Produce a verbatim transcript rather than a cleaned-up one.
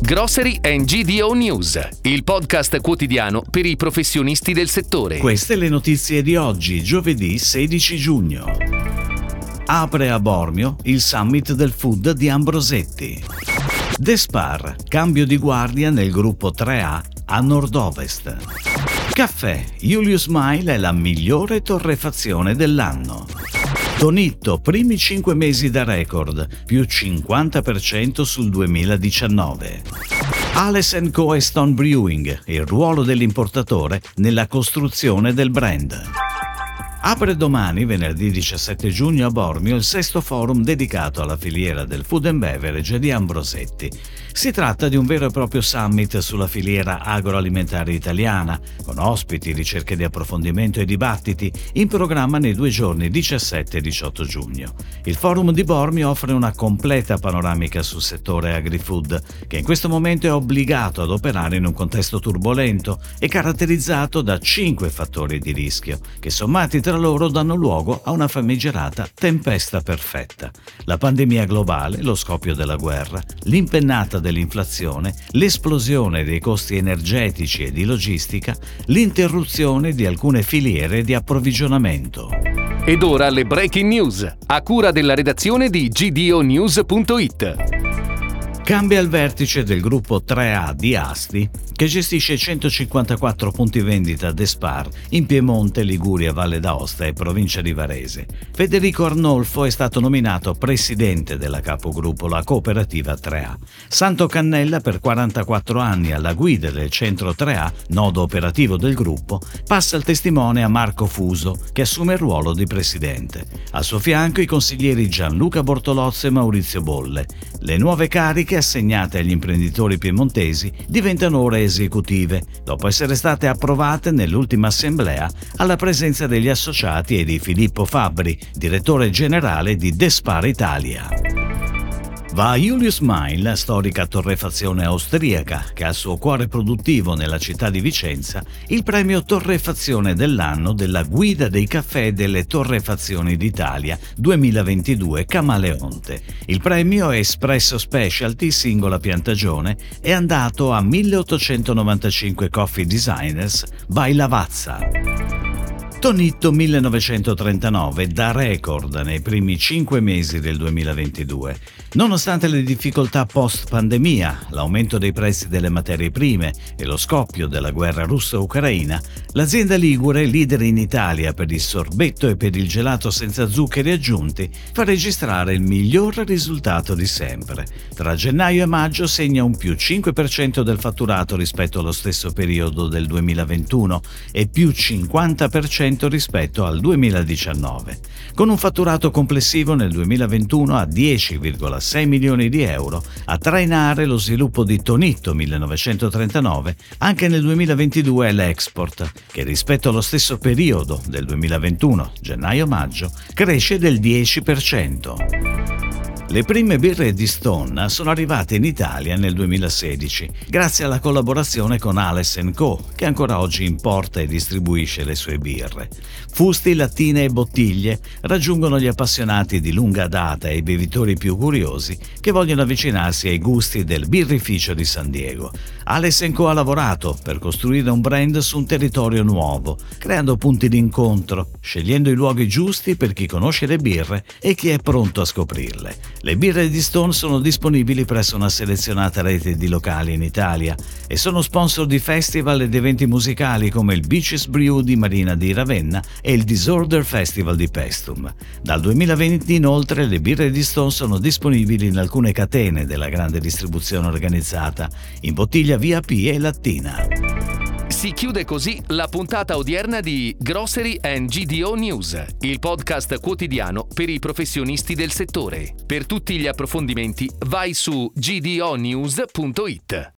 Grocery and G D O News, il podcast quotidiano per i professionisti del settore. Queste le notizie di oggi, giovedì sedici giugno. Apre a Bormio il summit del food di Ambrosetti. Despar, cambio di guardia nel gruppo tre A a nord-ovest. Caffè, Julius Mile è la migliore torrefazione dell'anno. Tonitto, primi cinque mesi da record, più cinquanta per cento sul duemiladiciannove. Ales and Co e Stone Brewing, il ruolo dell'importatore nella costruzione del brand. Apre domani, venerdì diciassette giugno, a Bormio il sesto forum dedicato alla filiera del food and beverage di Ambrosetti. Si tratta di un vero e proprio summit sulla filiera agroalimentare italiana, con ospiti, ricerche di approfondimento e dibattiti, in programma nei due giorni diciassette e diciotto giugno. Il forum di Bormio offre una completa panoramica sul settore agri-food, che in questo momento è obbligato ad operare in un contesto turbolento e caratterizzato da cinque fattori di rischio, che sommati tra loro danno luogo a una famigerata tempesta perfetta. La pandemia globale, lo scoppio della guerra, l'impennata dell'inflazione, l'esplosione dei costi energetici e di logistica, l'interruzione di alcune filiere di approvvigionamento. Ed ora le breaking news, a cura della redazione di G D O News punto it. Cambia il vertice del gruppo tre A di Asti, che gestisce centocinquantaquattro punti vendita Despar in Piemonte, Liguria, Valle d'Aosta e provincia di Varese. Federico Arnolfo è stato nominato presidente della capogruppo, la cooperativa tre A. Santo Cannella, per quarantaquattro anni alla guida del centro tre A, nodo operativo del gruppo, passa il testimone a Marco Fuso, che assume il ruolo di presidente. Al suo fianco i consiglieri Gianluca Bortolozzo e Maurizio Bolle. Le nuove cariche assegnate agli imprenditori piemontesi diventano ora esecutive, dopo essere state approvate nell'ultima assemblea alla presenza degli associati e di Filippo Fabbri, direttore generale di Despar Italia. Va a Julius Mile, storica torrefazione austriaca, che ha il suo cuore produttivo nella città di Vicenza, il premio Torrefazione dell'anno della Guida dei caffè e delle torrefazioni d'Italia duemilaventidue Camaleonte. Il premio Espresso Specialty singola piantagione è andato a milleottocentonovantacinque Coffee Designers by Lavazza. Tonitto millenovecentotrentanove da record nei primi cinque mesi del duemilaventidue. Nonostante le difficoltà post-pandemia, l'aumento dei prezzi delle materie prime e lo scoppio della guerra russo-ucraina, l'azienda ligure, leader in Italia per il sorbetto e per il gelato senza zuccheri aggiunti, fa registrare il miglior risultato di sempre. Tra gennaio e maggio segna un più cinque per cento del fatturato rispetto allo stesso periodo del duemilaventuno e più cinquanta per cento rispetto al duemiladiciannove, con un fatturato complessivo nel duemilaventuno a dieci virgola sei milioni di euro, a trainare lo sviluppo di Tonitto millenovecentotrentanove anche nel duemilaventidue è l'export, che rispetto allo stesso periodo del duemilaventuno, gennaio-maggio, cresce del dieci per cento. Le prime birre di Stone sono arrivate in Italia nel duemilasedici, grazie alla collaborazione con Ales and Co, che ancora oggi importa e distribuisce le sue birre. Fusti, lattine e bottiglie raggiungono gli appassionati di lunga data e i bevitori più curiosi che vogliono avvicinarsi ai gusti del birrificio di San Diego. Ales and Co ha lavorato per costruire un brand su un territorio nuovo, creando punti d'incontro, scegliendo i luoghi giusti per chi conosce le birre e chi è pronto a scoprirle. Le birre di Stone sono disponibili presso una selezionata rete di locali in Italia e sono sponsor di festival ed eventi musicali come il Beaches Brew di Marina di Ravenna e il Disorder Festival di Paestum. Dal duemilaventi inoltre le birre di Stone sono disponibili in alcune catene della grande distribuzione organizzata, in bottiglia V I P e lattina. Si chiude così la puntata odierna di Grocery and G D O News, il podcast quotidiano per i professionisti del settore. Per tutti gli approfondimenti vai su G D O News punto it.